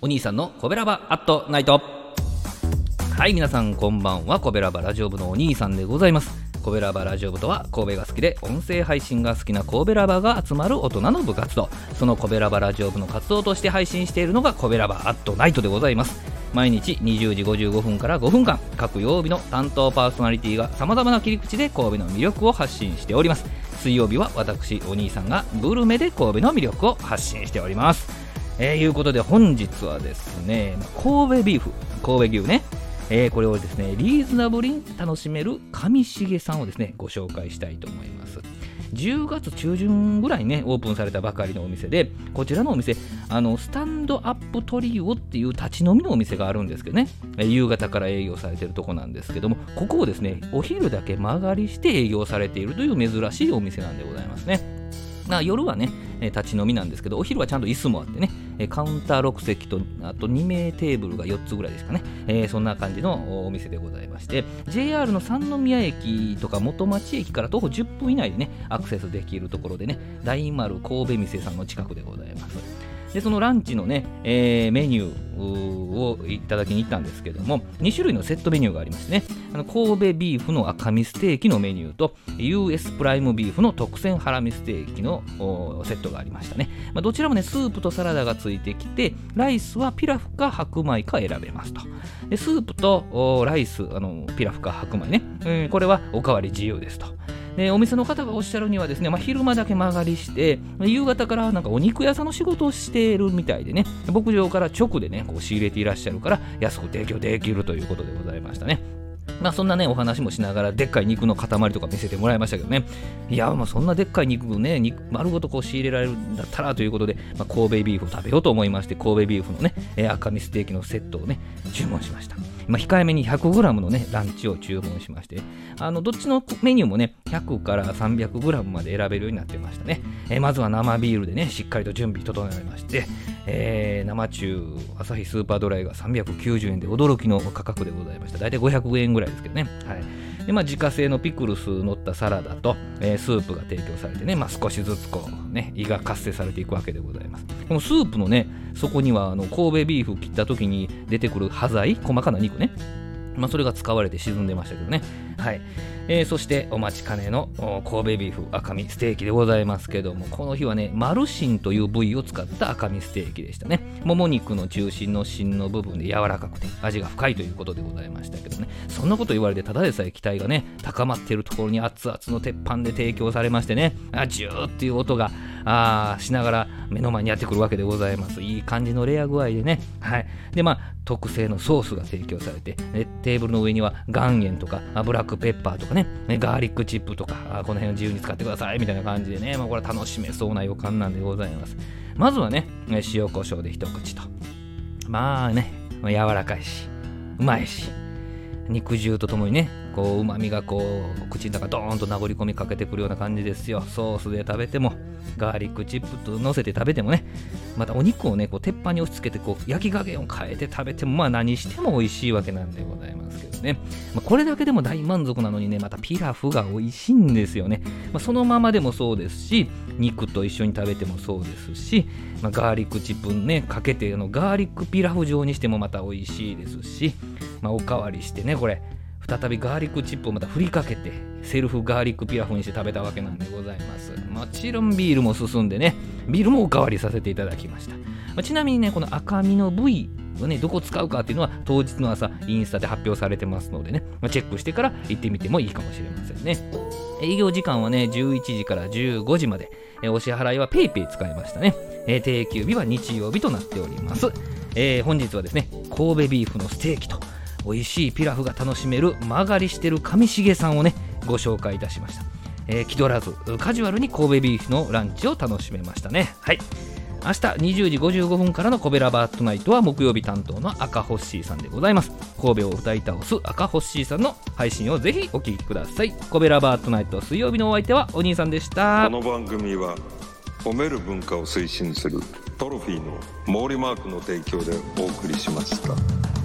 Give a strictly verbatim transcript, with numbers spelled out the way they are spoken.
お兄さんのコベラバアットナイト。はい、皆さんこんばんは。コベラバラジオ部のお兄さんでございます。コベラバラジオ部とは、神戸が好きで音声配信が好きな神戸ラバが集まる大人の部活動。そのコベラバラジオ部の活動として配信しているのがコベラバアットナイトでございます。毎日にじゅうじごじゅうごふんからごふんかん、各曜日の担当パーソナリティがさまざまな切り口で神戸の魅力を発信しております。水曜日は私お兄さんがグルメで神戸の魅力を発信しております。えー、いうことで本日はですね、神戸ビーフ、神戸牛ね、えー、これをですねリーズナブルに楽しめる上重さんをですねご紹介したいと思います。じゅうがつ中旬ぐらいにねオープンされたばかりのお店で、こちらのお店あのスタンドアップトリオっていう立ち飲みのお店があるんですけどね、えー、夕方から営業されているとこなんですけども、ここをですねお昼だけ間借りして営業されているという珍しいお店なんでございますね。まあ、夜はね立ち飲みなんですけど、お昼はちゃんと椅子もあってね、カウンターろくせきとあとにめいテーブルがよっつぐらいですかね、えー、そんな感じのお店でございまして、 ジェイアール の三宮駅とか元町駅から徒歩じゅっぷん以内でねアクセスできるところでね、大丸神戸店さんの近くでございます。でそのランチのね、えー、メニューをいただきに行ったんですけども、にしゅるいのセットメニューがありましてね、あの神戸ビーフの赤身ステーキのメニューと ユーエス プライムビーフの特選ハラミステーキのセットがありましたね。まあ、どちらもねスープとサラダがついてきて、ライスはピラフか白米か選べますと。でスープとライス、あのピラフか白米ね、うん、これはおかわり自由ですと。でお店の方がおっしゃるにはですね、まあ、昼間だけ間借りして夕方からなんかお肉屋さんの仕事をしているみたいでね、牧場から直でねこう仕入れていらっしゃるから安く提供できるということでございましたね。まあそんなねお話もしながらでっかい肉の塊とか見せてもらいましたけどね、いやまあそんなでっかい肉をね肉丸ごとこう仕入れられるんだったらということで、まあ、神戸ビーフを食べようと思いまして、神戸ビーフのね、えー、赤身ステーキのセットをね注文しました。まあ、控えめに ひゃくグラム のねランチを注文しまして、あのどっちのメニューもねひゃくからさんびゃくグラム まで選べるようになってましたね。えー、まずは生ビールでねしっかりと準備整えまして、えー、生中アサヒスーパードライがさんびゃくきゅうじゅうえんで驚きの価格でございました。だいたいごひゃくえんぐらいですけどね。はい。でまあ、自家製のピクルス乗ったサラダと、えー、スープが提供されてね、まあ、少しずつこうね胃が活性されていくわけでございます。このスープのねそこにはあの神戸ビーフ切った時に出てくる端材、細かな肉ね、まあ、それが使われて沈んでましたけどね。はい。えー、そしてお待ちかねの神戸ビーフ赤身ステーキでございますけども、この日はねマルシンという部位を使った赤身ステーキでしたね。もも肉の中心の芯の部分で柔らかくて味が深いということでございましたけどね、そんなこと言われてただでさえ期待がね高まっているところに熱々の鉄板で提供されましてね、あジューっていう音があしながら目の前にやってくるわけでございます。いい感じのレア具合でね、はい。でまあ特製のソースが提供されて、テーブルの上には岩塩とかブラックペッパーとかね、ガーリックチップとかこの辺を自由に使ってくださいみたいな感じでね、まあ、これは楽しめそうな予感なんでございます。まずはね塩コショウで一口と、まあね柔らかいしうまいし、肉汁とともにねこう旨味がこう口の中ドーンと殴り込みかけてくるような感じですよ。ソースで食べてもガーリックチップと乗せて食べてもね、またお肉をねこう鉄板に押し付けてこう焼き加減を変えて食べてもまあ何しても美味しいわけなんでございますけどね、まあ、これだけでも大満足なのにね、またピラフが美味しいんですよね。まあ、そのままでもそうですし、肉と一緒に食べてもそうですし、まあ、ガーリックチップねかけてあのガーリックピラフ状にしてもまた美味しいですし、まあ、おかわりしてねこれ再びガーリックチップをまた振りかけてセルフガーリックピラフにして食べたわけなんでございます。もちろんビールも進んでね、ビールもおかわりさせていただきました。まあ、ちなみにねこの赤身の部位をねどこ使うかっていうのは当日の朝インスタで発表されてますのでね、まあ、チェックしてから行ってみてもいいかもしれませんね。営業時間はねじゅういちじからじゅうごじまで、えお支払いは ペイペイ 使いましたね。え定休日は日曜日となっております。えー、本日はですね神戸ビーフのステーキと美味しいピラフが楽しめる間借りしてる上重さんをねご紹介いたしました。えー、気取らずカジュアルに神戸ビーフのランチを楽しめましたね。はい。明日にじゅうじごじゅうごふんからのコベラバートナイトは木曜日担当の赤ホッシーさんでございます。神戸を歌い倒す赤ホッシーさんの配信をぜひお聞きください。コベラバートナイト水曜日のお相手はお兄さんでした。 この番組は褒める文化を推進するトロフィーの毛利マークの提供でお送りしました。